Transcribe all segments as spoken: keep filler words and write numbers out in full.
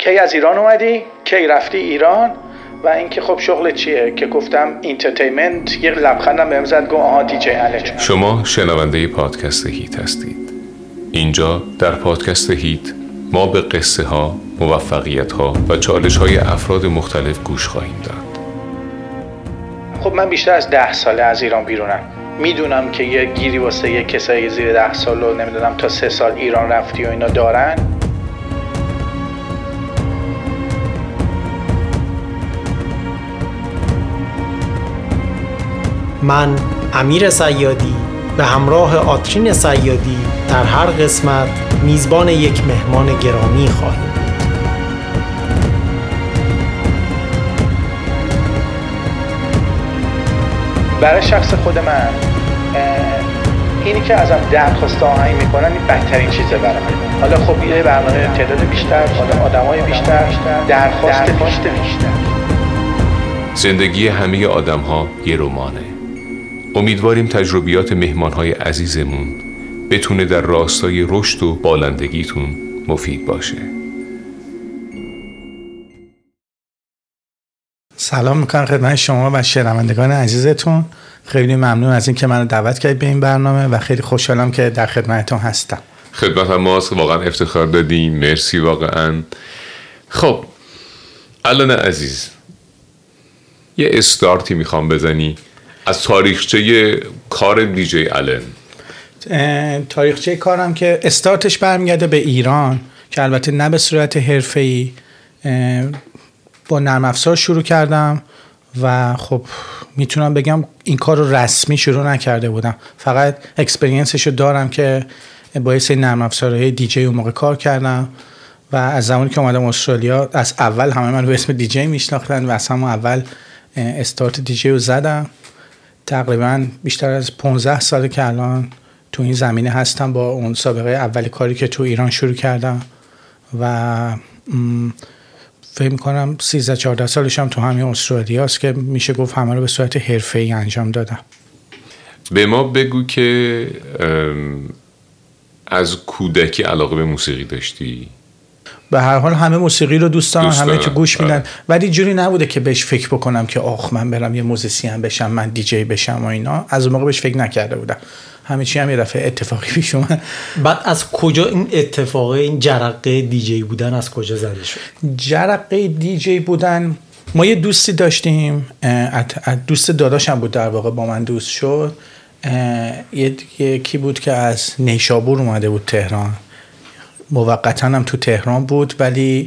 کی از ایران اومدی؟ کی رفتی ایران؟ و اینکه خب شغل چیه؟ که گفتم اینترتینمنت. یه لبخندم بهم زد گفت آها دی جی الن. شما شنونده پادکست هیت هستید. اینجا در پادکست هیت ما به قصه ها، موفقیت ها و چالش های افراد مختلف گوش خواهیم داد. خب من بیشتر از ده ساله از ایران بیرونم. میدونم که یه گیری واسه یه کسایی زیر ده سال و نمیدونم تا سه سال ایران رفتی و اینا دارن. من امیر صیادی به همراه آترین صیادی در هر قسمت میزبان یک مهمان گرامی خواهیم بود. برای شخص خود من اینی که ازم درخواست آهنگ میکنن این بدترین چیزه برای من. حالا خب یه برنامه تعداد بیشتر، حالا آدمای بیشتر، درخواست بیشتر. زندگی همه آدم ها یه رمانه. امیدواریم تجربیات مهمان‌های عزیزمون بتونه در راستای رشد و بالندگیتون مفید باشه. سلام میکنم خدمت شما و شنوندگان عزیزتون. خیلی ممنون از این که منو دعوت کردید به این برنامه و خیلی خوشحالم که در خدمتتون هستم. خدمت ماست، واقعا افتخار دادیم. مرسی واقعا. خب الان عزیز یه استارتی میخوام بزنی از تاریخچه کار دی جی الن. تاریخچه کارم که استارتش برمیگرده به ایران که البته نه به صورت حرفه‌ای، با نرم افزار شروع کردم و خب میتونم بگم این کار رو رسمی شروع نکرده بودم، فقط اکسپریانسشو دارم که با یه سری نرم افزارهای دی جی اون موقع کار کردم و از زمانی که اومدم استرالیا از اول همه من به اسم دی جی میشناختن و از همون اول استارت دی جی رو زدم. تقریبا بیشتر از پانزده ساله که الان تو این زمینه هستم با اون سابقه اولی کاری که تو ایران شروع کردم و فکر می‌کنم سیزده چهارده سالش هم تو همین استرالیا است که میشه گفت همه رو به صورت حرفه‌ای انجام دادم. به ما بگو که از کودکی علاقه به موسیقی داشتی؟ به هر حال همه موسیقی رو دوست دارن، همه تو گوش میدن، آه. ولی جوری نبوده که بهش فکر بکنم که آخ من برم یه موزیسین بشم، من دیجی بشم و اینا. از اون موقع بهش فکر نکرده بودم. همه چی هم یه دفعه اتفاقی پیش اومد. بعد از کجا این اتفاقه، این جرقه دیجی بودن از کجا زده شد؟ جرقه دیجی بودن، ما یه دوستی داشتیم، دوست داداشم بود در واقع، با من دوست شد. یکی بود که از نیشابور اومده بود تهران، موقتا هم تو تهران بود ولی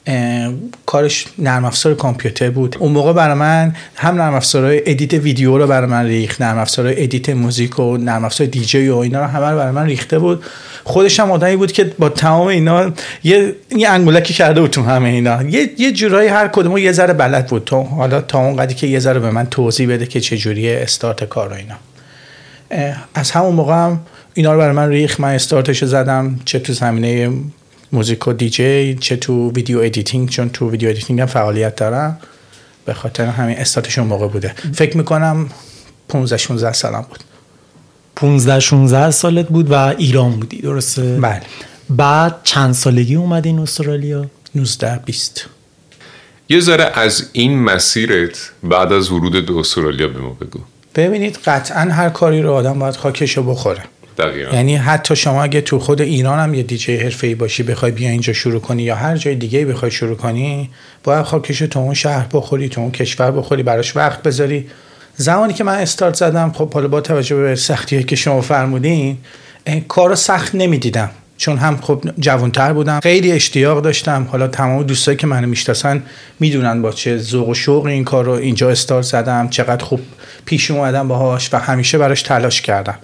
کارش نرم افزار کامپیوتر بود. اون موقع برای من هم نرم افزارهای ادیت ویدیو رو برای من ریخت، نرم افزارهای ادیت موزیک و نرم افزار دیجی و اینا رو همه رو برای من ریخته بود. خودش هم آدمی بود که با تمام اینا یه یه انگولکی کرده بود تو همه اینا، یه یه جورایی هر کدومو یه ذره بلد بود. تو حالا تا اون قدری که یه ذره به من توضیح بده که چه جوریه استارت کار و اینا. از همون موقع هم اینا رو برای من ریخت. من استارتش زدم، چه تو زمینه موزیک و دیجی چه تو ویدیو ادیتینگ، چون تو ویدیو ادیتینگ هم فعالیت دارم. به خاطر همین استارتش اون موقع بوده. فکر میکنم پانزده شانزده سالم بود. پانزده شانزده سالت بود و ایران بودی، درسته؟ بله. بعد چند سالگی اومدی این استرالیا؟ نوزده بیست. یه ذره از این مسیرت بعد از ورود به استرالیا به ما بگو. ببینید قطعا هر کاری رو آدم باید خاکشو بخوره. دقیقا. یعنی حتی شما اگه تو خود ایران هم یه دیجی حرفه‌ای باشی، بخوای بیا اینجا شروع کنی یا هر جای دیگه بخوای شروع کنی، باید خاکشو تو اون شهر بخوری، تو اون کشور بخوری، براش وقت بذاری. زمانی که من استارت زدم، خب حالا با توجه به سختی‌هایی که شما فرمودین، کارو سخت نمی‌دیدم، چون هم خب جوان‌تر بودم، خیلی اشتیاق داشتم. حالا تمام دوستایی که منو میشناسن میدونن با چه ذوق و شوق این کارو اینجا استارت زدم، چقدر خوب پیش اومدم باهاش و همیشه براش تلاش کردم.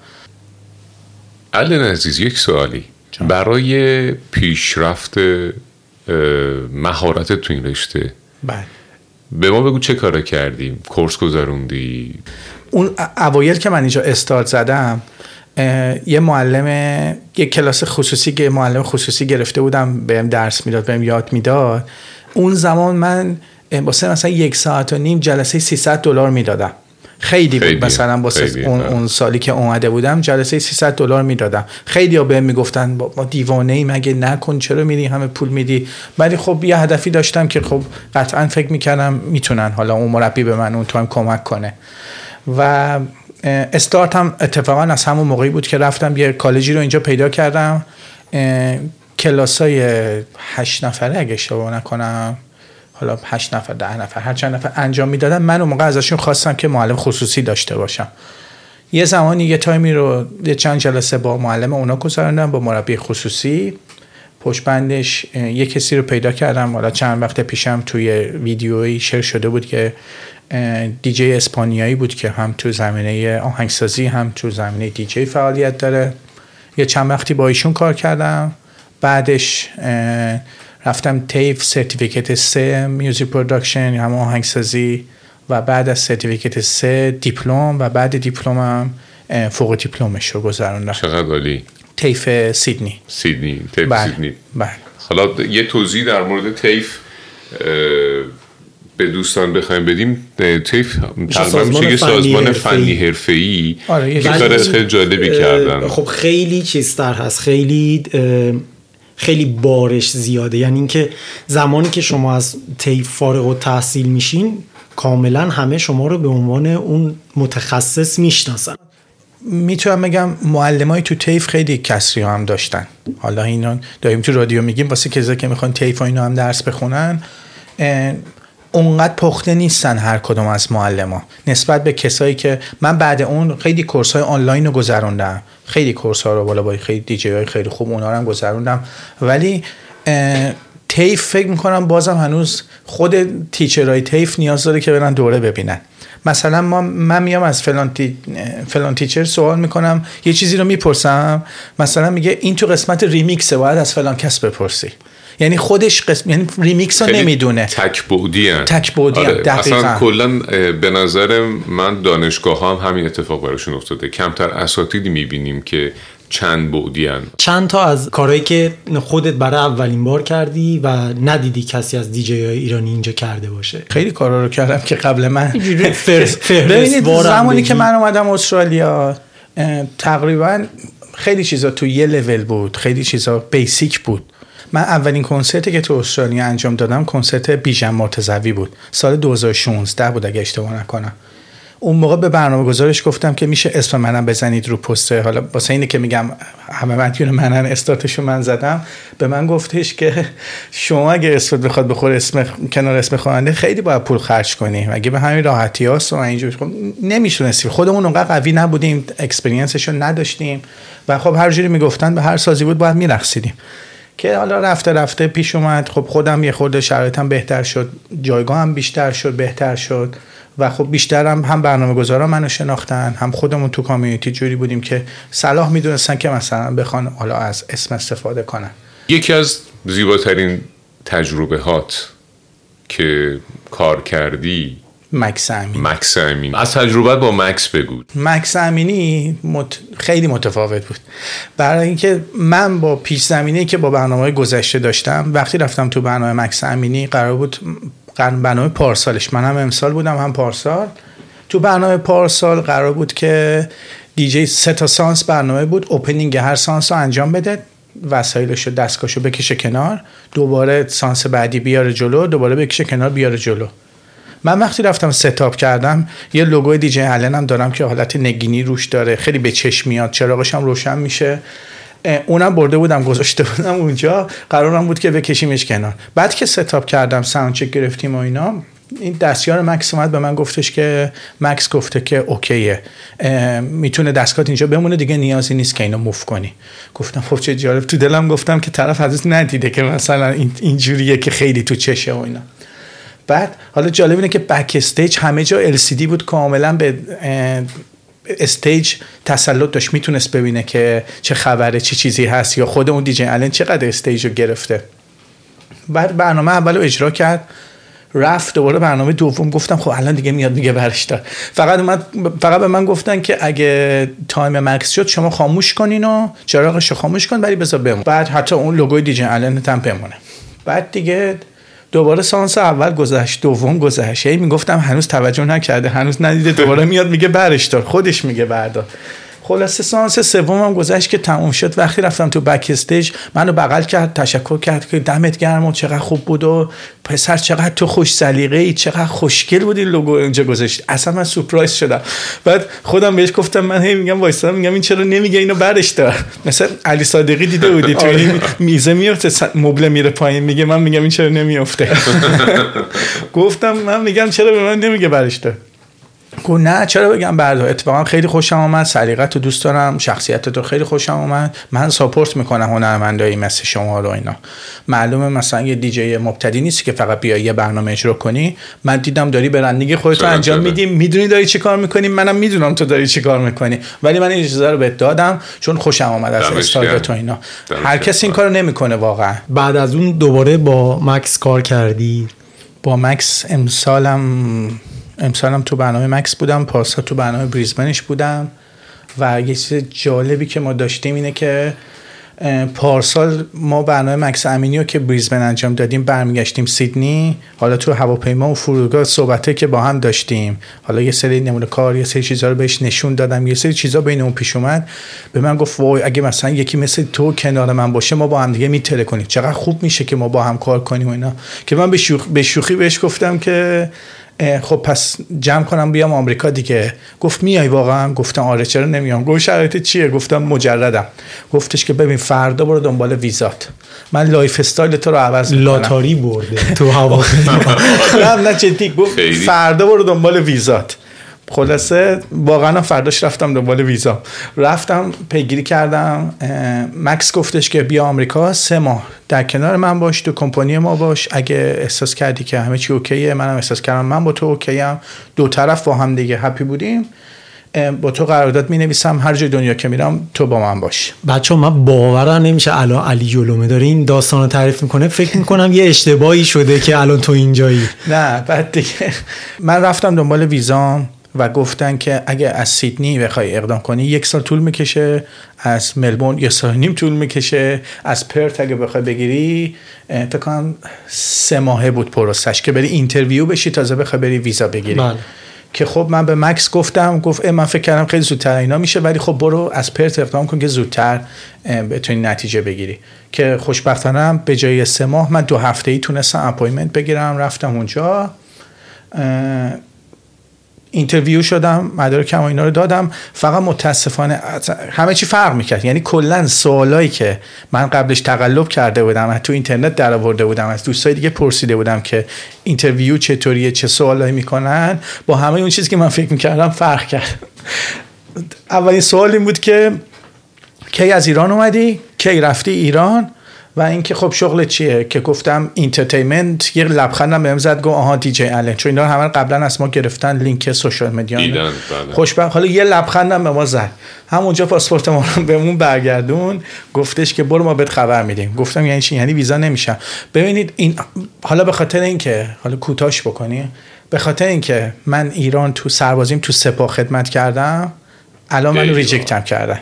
الن عزیز، یک سوالی جان. برای پیشرفت مهارت تو این رشته بله به ما بگو چه کارا کردیم؟ کورس گذروندی؟ اون اوایل که من اینجا استارت زدم، یه معلم، یه کلاس خصوصی که معلم خصوصی گرفته بودم، بهم درس میداد، بهم یاد میداد. اون زمان من واسه مثلا یک ساعت و نیم جلسه سیصد دلار میدادم خیلی بود. مثلا واسه اون, اون سالی که اومده بودم جلسه سیصد دلار میدادم. خیلی ها بهم میگفتن ما دیوانه ای، مگه نکن، چرا میدی همه پول میدی؟ ولی خب یه هدفی داشتم که خب قطعا فکر میکردم میتونن حالا اون مربی به من اون تایم کمک کنه. و استارت هم اتفاقا از همون موقعی بود که رفتم یه کالجی رو اینجا پیدا کردم، کلاسای هشت نفره اگه اشتباه نکنم، حالا هشت نفر ده نفر هر چند نفر انجام میدادم. من اون موقع ازشون خواستم که معلم خصوصی داشته باشم. یه زمانی یه تایمی رو یه چند جلسه با معلم اونا گذروندم، با مربی خصوصی. پشت بندش یه کسی رو پیدا کردم، حالا چند وقت پیشم توی ویدیویی شیر شده بود که دیجی اسپانیایی بود که هم تو زمینه آهنگسازی هم تو زمینه دیجی فعالیت داره. یه چند وقتی با ایشون کار کردم. بعدش رفتم تیف سرتیفیکت سه میوزیک پروداکشن هم آهنگسازی و بعد از سرتیفیکت سه دیپلم و بعد دیپلمم فوق دیپلمش رو گذروندم. چقدر عالی. تیف سیدنی. سیدنی تیف بله. سیدنی. بله. حالا یه توضیح در مورد تیف به دوستان بخوایم بدیم. تیف تقریبا میشه یه سازمان فنی حرفه‌ای که کار خیلی جالبی کردن. خب خیلی چیزتر هست، خیلی خیلی بارش زیاده. یعنی اینکه زمانی که شما از تیف فارغ التحصیل میشین کاملا همه شما رو به عنوان اون متخصص میشناسن. میتونم بگم معلمای تو تیف خیلی کسری هم داشتن. حالا اینا داریم تو رادیو میگیم واسه کسایی که میخوان تیف و اینا هم درس بخونن، اونقدر پخته نیستن هر کدوم از معلما نسبت به کسایی که من بعد اون خیلی کورس های آنلاین رو گذروندم، خیلی کورس ها رو بالا با خیلی دیجی های خیلی خوب اونا رو هم گذروندم. ولی تیف فکر میکنم بازم هنوز خود تیچرهای تیف نیاز داره که برن دوره ببینن. مثلا ما من میام از فلان, تی... فلان تیچر سوال میکنم، یه چیزی رو میپرسم، مثلا میگه این تو قسمت ریمیکسه، باید از فلان کس بپرسی. یعنی خودش قسم، یعنی ریمیکس رو نمیدونه، تک بعدی ان تک بعدی ان. دقیقاً اصلا کلا به نظر من دانشگاه ها هم همین اتفاق براشون افتاده. کمتر اساتیدی میبینیم که چند بعدی ان. چند تا از کارهایی که خودت برای اولین بار کردی و ندیدی کسی از دیجی های ایرانی اینجا کرده باشه؟ خیلی کارا رو کردم که قبل من ببینید زمانی که من اومدم استرالیا تقریبا خیلی چیزا تو یه لول بود، خیلی چیزا بیسیک بود. من اولین کنسرتی که تو استرالیا انجام دادم کنسرت بیژن مرتضوی بود، سال دو هزار و شانزده بود اگه اشتباه نکنم. اون موقع به برنامه‌گذارش گفتم که میشه اسم منم بزنید رو پوستر. حالا واسه اینه که میگم همه مدیون منن، استارتشو من زدم. به من گفتش که شما اگه اسمت بخواد بخوره اسم کنار اسم خواننده خیلی باید پول خرج کنی، اگه به همین راحتیاست و اینجوری خب نمیشونستیم. خودمون اونقدر قوی نبودیم، اکسپریانسشو نداشتیم و خب هر جوری میگفتن به هر سازی بود باید میرقصیدیم. که حالا رفته رفته پیش اومد. خب خودم یه خورده شرایطم بهتر شد، جایگاهم بیشتر شد، بهتر شد و خب بیشترم هم برنامه‌گذارا منو شناختن، هم خودمون تو کامیونیتی جوری بودیم که صلاح میدونستن که مثلا بخوان حالا از اسم استفاده کنن. یکی از زیباترین تجربه هات که کار کردی مکس امینی. مکس امینی. از تجربت با مکس بگو. مکس امینی مت... خیلی متفاوت بود، برای اینکه من با پیش زمینه‌ای که با برنامه‌های گذشته داشتم، وقتی رفتم تو برنامه مکس امینی قرار بود برنامه پارسالش، من هم امسال بودم هم پارسال. تو برنامه پارسال قرار بود که دیجی سه تا سانس برنامه بود، اوپنینگ هر سانس رو انجام بده، وسایلشو دستگاهشو بکشه کنار، دوباره سانس بعدی بیاره جلو، دوباره بکشه کنار بیاره جلو. من وقتی رفتم ستاپ کردم یه لوگوی دیجی الن هم دارم که حالت نگینی روش داره، خیلی به چشم میاد، چراغش هم روشن میشه. اونم برده بودم گذاشته بودم اونجا، قرارم بود که بکشیمش کنار. بعد که ستاپ کردم ساوند چک گرفتیم و اینا، این دستیار مکس اومد به من گفتش که مکس گفته که اوکیه، میتونه دستگاهت اینجا بمونه، دیگه نیازی نیست که اینو موف کنی. گفتم خب چه جالب. تو دلم گفتم که طرف حدث ندیده که مثلا این اینجوریه که خیلی تو چشه و اینا. بعد حالا جالب اینه که بک استیج همه جا ال سی دی بود، کاملا به استیج تسلط داشت، میتونست ببینه که چه خبره، چه چیزی هست، یا خود اون دیجی الان چقدر استیج رو گرفته. بعد برنامه اولو اجرا کرد، رفت دوباره برنامه دوم. گفتم خب الان دیگه میاد میگه برش دار. فقط اومد فقط به من گفتن که اگه تایم مکس شد شما خاموش کنین و چراغشو خاموش کن ولی بذار بمونه. بعد حتی اون لوگوی دیجی الان هم بمونه. بعد دیگه دوباره سانس اول گذشت، دوم گذشت، هی میگفتم هنوز توجه نکرده، هنوز ندیده، دوباره میاد میگه برش دار، خودش میگه بردار. خلاصه سانس سومم گذشت که تموم شد. وقتی رفتم تو بک استیج منو بغل کرد، تشکر کرد که دمت گرم و چقدر خوب بود و پسر چقدر تو خوش سلیقه‌ای، چقدر خوشگل بودی لوگو اینجا گذاشت. اصلا من سورپرایز شدم. بعد خودم بهش گفتم، من هی میگم وایسا، میگم این چرا نمیگه اینو برش دار. مثلا علی صادقی دیده بودی تو این میزه میفته مبل میره پایین، میگه من میگم این چرا نمیافته. گفتم من میگم چرا به من نمیگه برش دار. گفت نه چرا بگم بردار، اتفاقا خیلی خوشم آمد، سلیقت رو دوست دارم، شخصیت تو خیلی خوشم آمد، من ساپورت میکنم هنرمندایی مثل شما رو. اینا معلومه مثلا یه دیجی مبتدی نیستی که فقط بیای یه برنامه اجرا کنی، من دیدم داری برندینگ خودت رو انجام میدی، میدونی داری چی کار میکنی، منم میدونم تو داری چی کار میکنی، ولی من این اجازه رو بهت دادم چون خوشم آمد از استایل تو. اینا هر کسی این کارو نمیکنه واقعا. بعد از اون دوباره با مکس کار کردی؟ با مکس امسالم امسالم تو برنامه مکس بودم، پارسال تو برنامه بریزبنش بودم. و یه چیز جالبی که ما داشتیم اینه که پارسال ما برنامه مکس امینی رو که بریزبن انجام دادیم برمیگشتیم سیدنی، حالا تو هواپیما و فرودگاه صحبته که با هم داشتیم، حالا یه سری نمونه کار یه سری چیزا رو بهش نشون دادم، یه سری چیزا بین اون پیش اومد، به من گفت وای اگه مثلا یکی مثل تو کنار من باشه ما با هم دیگه میتره کنیم، چقدر خوب میشه که ما با هم کار کنیم و اینا. که من به شوخ... به شوخی بهش گفتم که خب پس جمع کنم بیام آمریکا دیگه. گفت میای واقعا؟ گفتم آره چرا نمیام. گفت شرایط چیه؟ گفتم مجردم. گفتش که ببین فردا برو دنبال ویزات، من لایف استایل تو رو عوض میکنم. لاتاری برده تو هواپیما. نه نه جدی. گفت فردا برو دنبال ویزات. خلاصه واقعا فرداش رفتم دنبال ویزا، رفتم پیگیری کردم. مکس گفتش که بیا آمریکا سه ماه در کنار من باش، تو کمپانی ما باش، اگه احساس کردی که همه چی اوکیه، منم احساس کردم من با تو اوکیم، دو طرف با هم دیگه هپی بودیم، با تو قرارداد می نویسم هر جای دنیا که میرم تو با من باش. بچه من باورم نمیشه الان علی جلومه داره این داستان رو تعریف میکنه، فکر میکنم یه اشتباهی شده که الان تو اینجایی. نه بعد دیگه من رفتم دنبال ویزام و گفتن که اگه از سیدنی بخوای اقدام کنی یک سال طول میکشه، از ملبورن یک سال نیم طول میکشه، از پرت اگه بخوای بگیری فکر کنم سه ماهه بود پروسش که بری اینترویو بشی تازه بخوای بری ویزا بگیری. بله. که خب من به مکس گفتم، گفت من فکر کردم خیلی زودتر اینا میشه، ولی خب برو از پرت اقدام کن که زودتر بتونی نتیجه بگیری. که خوشبختانه به جای سه ماه من دو هفته‌ای تونستم اپایمنت بگیرم، رفتم اونجا اینترویو شدم، مدارکم و اینا رو دادم. فقط متاسفانه همه چی فرق میکرد، یعنی کلا سوالایی که من قبلش تقلب کرده بودم تو اینترنت در آورده بودم، از دوستای دیگه پرسیده بودم که اینترویو چطوریه، چه سوالایی میکنن، با همه اون چیزی که من فکر میکردم فرق کرد. اولین سوال این بود که کی از ایران اومدی، کی رفتی ایران، و اینکه خب شغل چیه، که گفتم اینترتینمنت. یه لبخندم بهم زد گفت آها دی جی الن، چون اینا همه قبلا از ما گرفتن لینک سوشال مدیا. خوشبخت حالا یه لبخندم به ما زد، همونجا پاسپورت ما رو بهمون برگردون، گفتش که برو ما بهت خبر میدیم. گفتم یعنی چی؟ یعنی ویزا نمیشم. ببینید این حالا به خاطر اینکه حالا کوتاش بکنی، به خاطر اینکه من ایران تو سربازیم تو سپاه خدمت کردم، الان منو ریجکتم کردن.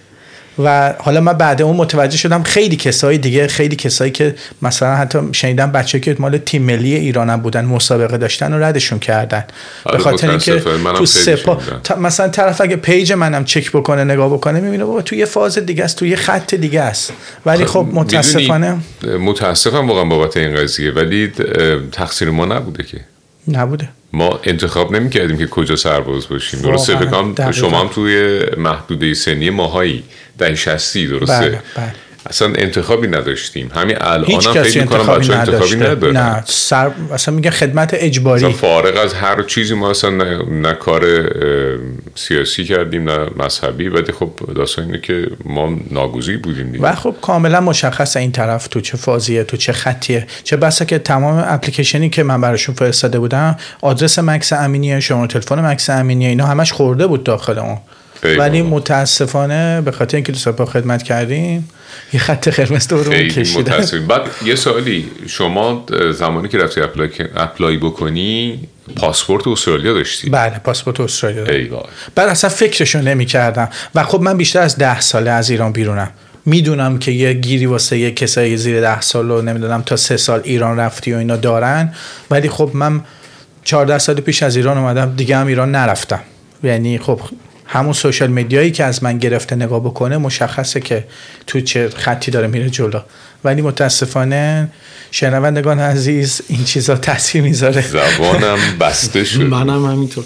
و حالا من بعد اون متوجه شدم خیلی کسای دیگه، خیلی کسایی که مثلا حتی شنیدم بچه‌ای که مال تیم ملی ایران هم بودن مسابقه داشتن و ردشون کردن به خاطر اینکه تو سپاه مثلا طرف اگه پیج منم چک بکنه نگاه بکنه میبینه بابا تو یه فاز دیگه است، تو یه خط دیگه است. ولی خب متاسفانه متاسفم واقعا بابت این قضیه، ولی تقصیر ما نبوده که نبوده. ما انتخاب نمی کردیم که کجا سرباز باشیم. درسته بکنم شما هم توی محدوده سنی ماهایی ده شصتی درسته؟ بله بله. اصلا انتخابی نداشتیم. همین الان هم فکر میکنم بچه انتخابی ندارن. نه سر اصلا میگن خدمت اجباری. اصلا فارغ از هر چیزی ما اصلا نه, نه کار سیاسی کردیم نه مذهبی، ولی خب داستان اینه که ما ناگزیر بودیم دیگه. و خب کاملا مشخصه این طرف تو چه فازیه، تو چه خطیه. چه بسا که تمام اپلیکیشنی که من براشون فرستاده بودم آدرس مکس امینیه، شماره تلفن مکس امینیه، اینا همش خورده بود داخل اون. ولی متاسفانه به خاطر اینکه تو سپاه خدمت کردیم یه خط قرمز رو کشیدن. بعد یه سوالی، شما زمانی که رفتی اپلای, اپلای بکنی پاسپورت استرالیا داشتی؟ بله پاسپورت استرالیا داشتم. ایوه. بعد اصلا فکرشو نمی کردم و خب من بیشتر از ده ساله از ایران بیرونم، میدونم که یه گیری واسه یه کسایی زیر ده سال و نمیدونم تا سه سال ایران رفتی و اینا دارن، ولی خب من چهارده سال پیش از ایران اومدم دیگه هم ایران نرفتم. یعنی خب همون سوشال میدیایی که از من گرفته نگاه بکنه مشخصه که تو چه خطی داره میره جلو، ولی متاسفانه شنوندگان عزیز این چیزا تاثیر میذاره. زبانم بسته شد. منم همینطور.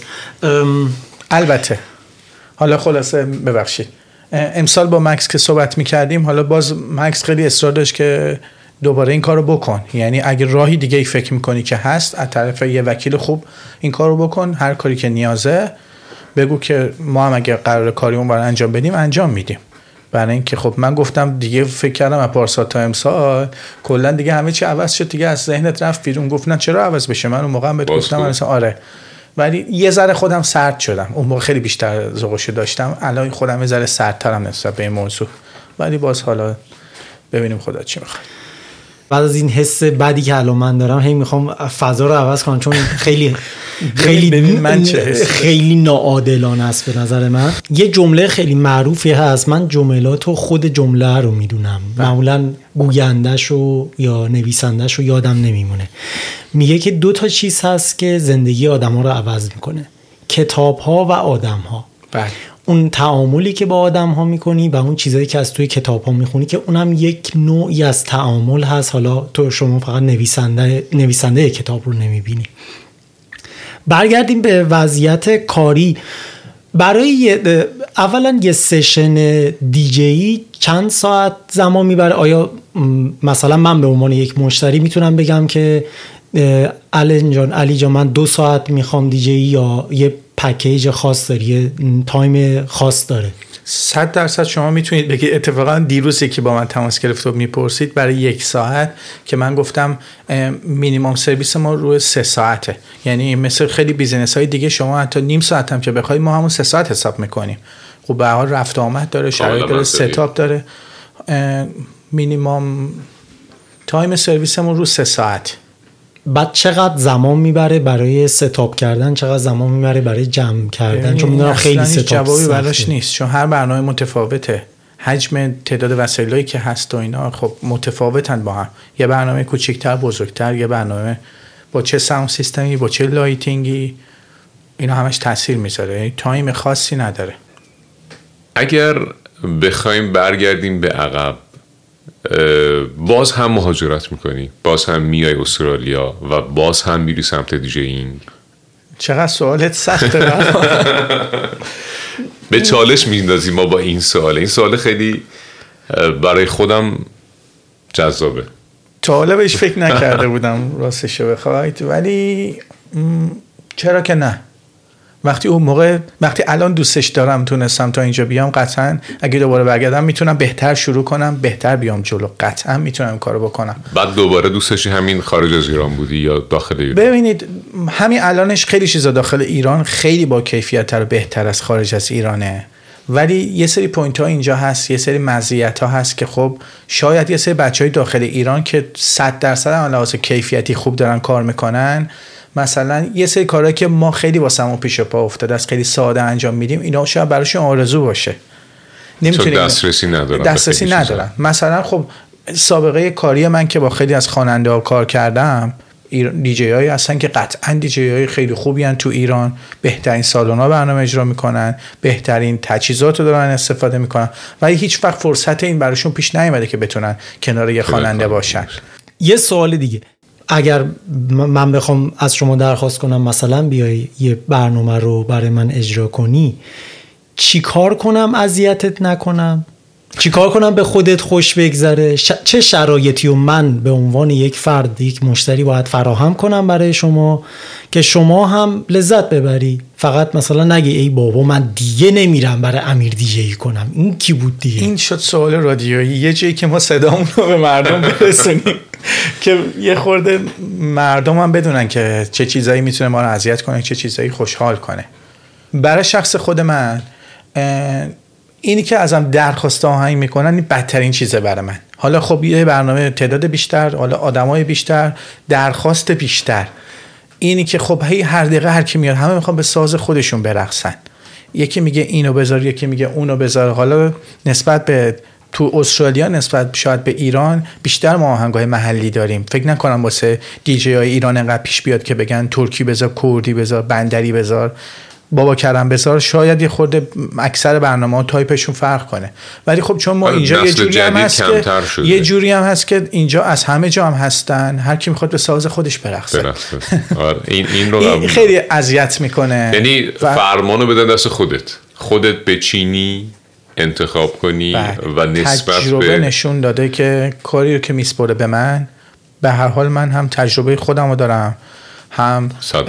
البته حالا خلاصه ببخشید امسال با مکس که صحبت میکردیم، حالا باز مکس خیلی اصرار داشت که دوباره این کارو بکن، یعنی اگه راهی دیگه ای فکر میکنی که هست از طرف یه وکیل خوب این کارو بکن، هر کاری که نیازه بگو که ما هم اگه قرار کاریمون برای انجام بدیم انجام میدیم. برای اینکه خب من گفتم دیگه فکر کردم از پارسال تا امسال کلا دیگه همه چی عوض شد دیگه، از ذهنت رفت بیرون. گفتن چرا عوض بشه؟ من اون موقع هم بهت گفتم مثلا آره، ولی یه ذره خودم سرد شدم. اون موقع خیلی بیشتر ذوقشو داشتم، الان خودم یه ذره سردترم نسبت به این موضوع، ولی باز حالا ببینیم خدا چی میخواد. بعد از این حس بدی که الان من دارم هی میخوام فضا رو عوض کنم، چون خیلی خیلی من چه خیلی ناعادلانه است به نظر من. یه جمله خیلی معروفی هست، من جملاتو خود جمله رو میدونم، معمولا گوینده‌شو یا نویسنده‌شو یادم نمیمونه. میگه که دو تا چیز هست که زندگی آدم‌ها رو عوض میکنه، کتاب‌ها و آدم‌ها. بله. اون تعاملی که با آدم ها میکنی و اون چیزایی که از توی کتاب ها میخونی که اونم یک نوعی از تعامل هست، حالا تو شما فقط نویسنده نویسنده کتاب رو نمیبینی. برگردیم به وضعیت کاری. برای اولا یه سشن دیجی چند ساعت زمان میبره؟ آیا مثلا من به عنوان یک مشتری میتونم بگم که علی جان علی جان من دو ساعت میخوام دیجی، یا یه پکیج خاص داره، یه تایم خاص داره؟ صد درصد شما میتونید بگید. اتفاقا دیروز که با من تماس گرفت و میپرسید برای یک ساعت که من گفتم مینیمم سرویس ما روی سه ساعته، یعنی مثل خیلی بیزینس های دیگه شما حتی نیم ساعت هم که بخوای ما همون سه ساعت حساب میکنیم. خب به هر حال رفت آمد داره، شرایط داره، ستاپ داره. مینیمم تایم سرویسمون رو سه ساعت. بعد چقدر زمان میبره برای ستاپ کردن، چقدر زمان میبره برای جمع کردن؟ چون میدونم خیلی ستاپ جوابی براش نیست، چون هر برنامه متفاوته، حجم تعداد وسایلی که هست و اینا خب متفاوتن با هم. یه برنامه کوچیک‌تر، بزرگتر، یه برنامه با چه ساوند سیستمی، با چه لایتینگی، اینا همش تاثیر میذاره، یعنی تایم خاصی نداره. اگر بخوایم برگردیم به عقب، باز هم مهاجرت میکنی، باز هم میای استرالیا و باز هم میری سمت دیجیینگ. چقدر سوالت سخته. به چالش میندازی ما با این سوال. این سوال خیلی برای خودم جذابه. تا حالا بهش فکر نکرده بودم راستشو بخواید، ولی چرا که نه. وقتی اون موقع وقتی الان دوستش دارم تونستم تا اینجا بیام، قطعا اگه دوباره برگردم میتونم بهتر شروع کنم، بهتر بیام جلو، قطعا میتونم این کارو بکنم. بعد دوباره دوستش همین خارج از ایران بودی یا داخل ایران؟ ببینید همین الانش خیلی چیزا داخل ایران خیلی با کیفیت‌تر و بهتر از خارج از ایرانه، ولی یه سری پوینت ها اینجا هست، یه سری مزیت ها هست که خب شاید یه سری بچهای داخل ایران که صد درصد علاوه بر کیفیتی خوب دارن کار میکنن، مثلا یه سری کارهایی که ما خیلی واسمون پیش پا افتاده است خیلی ساده انجام میدیم، اینا شاید براشون آرزو باشه، نمیتونیم دسترسی ندارن دسترسی ندارن. مثلا خب سابقه کاری من که با خیلی از خواننده ها کار کردم، دیجی هایی هستن که قطعا دیجی های خیلی خوبی هستن تو ایران، بهترین سالن ها برنامه اجرا میکنن، بهترین تجهیزات رو دارن استفاده میکنن، ولی هیچ وقت فرصت این براشون پیش نیومده که بتونن کنار یه خواننده باشن. یه سوال دیگه، اگر من بخوام از شما درخواست کنم مثلا بیای یه برنامه رو برای من اجرا کنی، چی کار کنم اذیتت نکنم؟ چی کار کنم به خودت خوش بگذره؟ ش... چه شرایطی رو من به عنوان یک فرد، یک مشتری باید فراهم کنم برای شما که شما هم لذت ببری؟ فقط مثلا نگی ای بابا من دیگه نمیرم برای امیر دیجی کنم. این کی بود دیگه؟ این شد سوال رادیویی، یه جایی که ما صدامون رو به مردم برسونیم که یه خورده مردم هم بدونن که چه چیزایی میتونه ما رو اذیت کنه، چه چیزایی خوشحال کنه. برای شخص خود من اینی که ازم درخواست آهنگ میکنن این بدترین چیزه برای من. حالا خب یه برنامه تعداد بیشتر، حالا آدمای بیشتر، درخواست بیشتر، اینی که خب هی هر دقیقه هر کی میاد همه میخوان به ساز خودشون برقصن، یکی میگه اینو بذار، یکی میگه اونو بذار. حالا نسبت به تو استرالیا نسبت شاید به ایران بیشتر ما آهنگای محلی داریم. فکر نکنم واسه دیجی های ایران انقدر پیش بیاد که بگن ترکی بذار، کردی بذار، بندری بذار، بابا کرم بذار. شاید یه خورده اکثر برنامه‌ها تایپشون فرق کنه، ولی خب چون ما اینجا یه جوری هم هست که شده. یه جوری هم هست که اینجا از همه جا هم هستن، هر کی میخواد به ساز خودش برقصه. آره این این رو این خیلی اذیت میکنه. یعنی و... فرمانو بدن دست خودت، خودت بچینی، انتخاب کنی و نسبت تجربه به نشون داده که کاری رو که میسپره به من، به هر حال من هم تجربه خودم رو دارم، هم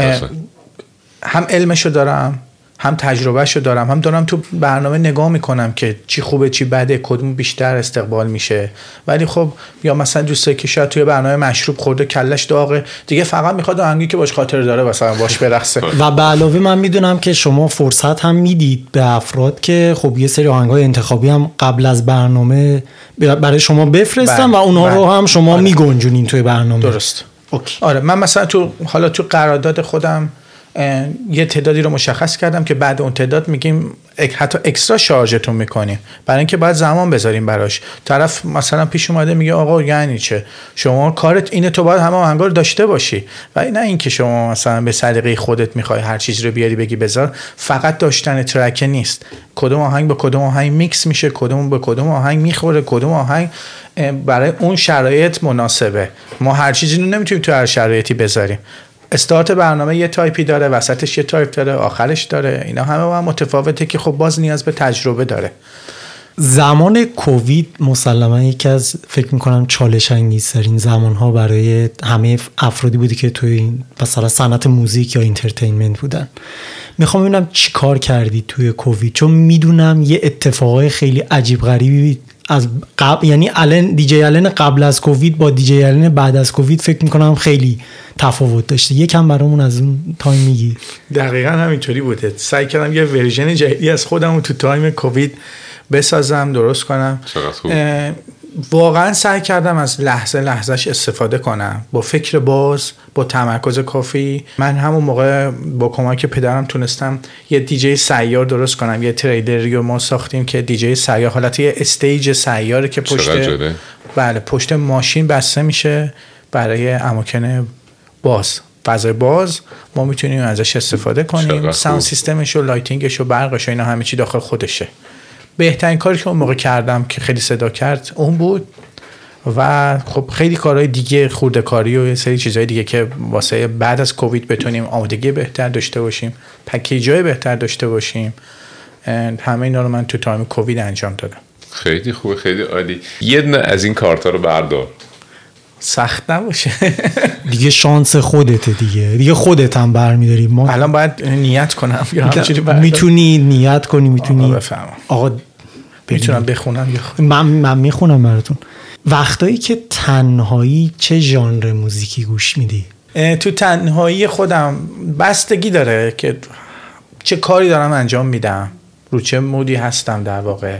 هم علمشو دارم، هم تجربهشو دارم، هم دارم تو برنامه نگاه میکنم که چی خوبه چی بده، کدوم بیشتر استقبال میشه. ولی خب یا مثلا دوستایی که شاید توی برنامه مشروب خورده کلش داغه دیگه، فقط میخواد آهنگی که باش خاطر داره مثلا باش برقصه. و به علاوه من میدونم که شما فرصت هم میدید به افراد که خب یه سری آهنگای انتخابی هم قبل از برنامه برای شما بفرستن و اونها رو هم شما آره. میگنجونین توی برنامه. درست. اوکی. آره من مثلا تو حالا تو قرارداد خودم یه تعدادی رو مشخص کردم که بعد اون تعداد میگیم حتی اکسترا شارژتون میکنیم، برای اینکه باید زمان بذاریم براش. طرف مثلا پیش اومده میگه آقا یعنی چه، شما کارت اینه تو باید همه آهنگا رو داشته باشی، و نه اینکه شما مثلا به سلیقه خودت میخوای هر چیز رو بیاری بگی بذار. فقط داشتن ترک نیست، کدوم آهنگ با کدوم آهنگ میکس میشه، کدوم با کدوم آهنگ میخوره، کدوم آهنگ برای اون شرایط مناسبه. ما هر چیزی رو نمیتونیم تو هر شرایطی بذاریم. استارت برنامه یه تایپی داره، وسطش یه تایپ داره، آخرش داره، اینا همه با هم متفاوته که خب باز نیاز به تجربه داره. زمان کووید مسلما یکی از فکر میکنم چالش انگیزترین زمانها برای همه افرادی بودی که توی این مثلا صنعت موزیک یا اینترتینمنت بودن. میخوام ببینم چی کار کردی توی کووید، چون میدونم یه اتفاقای خیلی عجیب غریبی از قبل، یعنی الان دیجی الان قبل از کووید با دیجی الان بعد از کووید فکر میکنم خیلی تفاوت داشته. یکم برامون از اون تایم میگی؟ دقیقاً همینطوری بوده. سعی کردم یه ورژن جدیدی از خودم تو تایم کووید بسازم، درست کنم. واقعا سعی کردم از لحظه لحظهش استفاده کنم، با فکر باز، با تمرکز کافی. من همون موقع با کمک پدرم تونستم یه دیجی سیار درست کنم. یه تریلری رو ما ساختیم که دیجی سیار، حالت یه استیج سیاره که پشت بله پشت ماشین بسته میشه برای اماکن باز، فضای باز. ما میتونیم ازش استفاده کنیم، ساوند سیستمش و لایتینگش و برقش و اینا همه چی داخل خودشه. بهترین کاری که اون موقع کردم که خیلی صدا کرد اون بود. و خب خیلی کارهای دیگه، خورده کاری و یه سری چیزهای دیگه که واسه بعد از کووید بتونیم آمادگی بهتر داشته باشیم، پکیجای بهتر داشته باشیم، همه اینا رو من تو تایم کووید انجام دادم. خیلی خوبه، خیلی عالی. یه دونه از این کارتا رو بردار، سخت نباشه. دیگه شانس خودته دیگه، دیگه خودت هم برمیداری. ما الان باید نیت کنم یا همچنین میتونی نیت کنی، میتونی آقا بفهمم، آقا میتونم بخونم یا خود. من من میخونم براتون. وقتایی که تنهایی چه ژانر موزیکی گوش میدی؟ تو تنهایی خودم بستگی داره که چه کاری دارم انجام میدم، رو چه مودی هستم در واقع.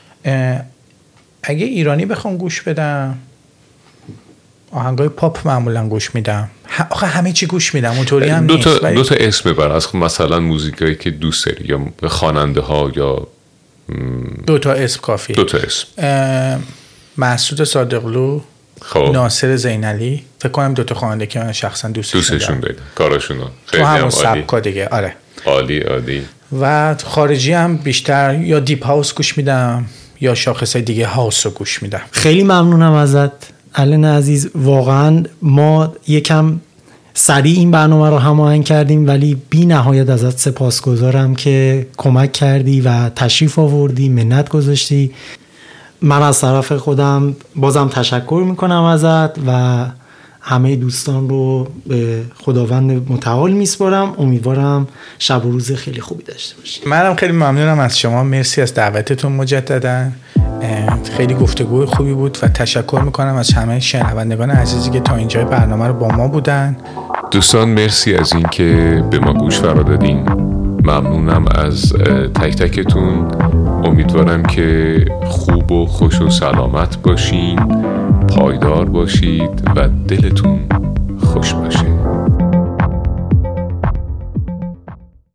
اگه ایرانی بخوام گوش بدم آهنگای پاپ معمولا گوش میدم. آخه همه چی گوش میدم، اونطوری هم دو نیست. تا دو تا اسم ببر از مثلا موزیکایی که دوست داری یا خواننده ها یا دو تا اسم کافیه. دو تا اسم. مسعود صادقلو، خب. ناصر زینالی، فکر کنم دو تا خواننده که من شخصا دوستشون دارم. دوستشون دارم. کاراشونو خیلی تو هم همون سبکا دیگه. آره. عالی عالی. و خارجی هم بیشتر یا دیپ هاوس گوش میدم یا شاخصای دیگه هاوس رو گوش میدم. خیلی ممنونم ازت علن عزیز. واقعا ما یکم سریع این برنامه رو هماهنگ کردیم، ولی بی نهایت ازت سپاسگزارم که کمک کردی و تشریف آوردی، منت گذاشتی. من از طرف خودم بازم تشکر میکنم ازت و همه دوستان رو به خداوند متعال میسپارم. امیدوارم شب و روز خیلی خوبی داشته باشی. منم خیلی ممنونم از شما، مرسی از دعوتتون مجددا. خیلی گفتگو خوبی بود و تشکر میکنم از همه شنوندگان عزیزی که تا اینجای برنامه رو با ما بودن. دوستان مرسی از این که به ما گوش فرا دادین. ممنونم از تک تکتون. امیدوارم که خوب و خوش و سلامت باشین، پایدار باشید و دلتون خوش باشه.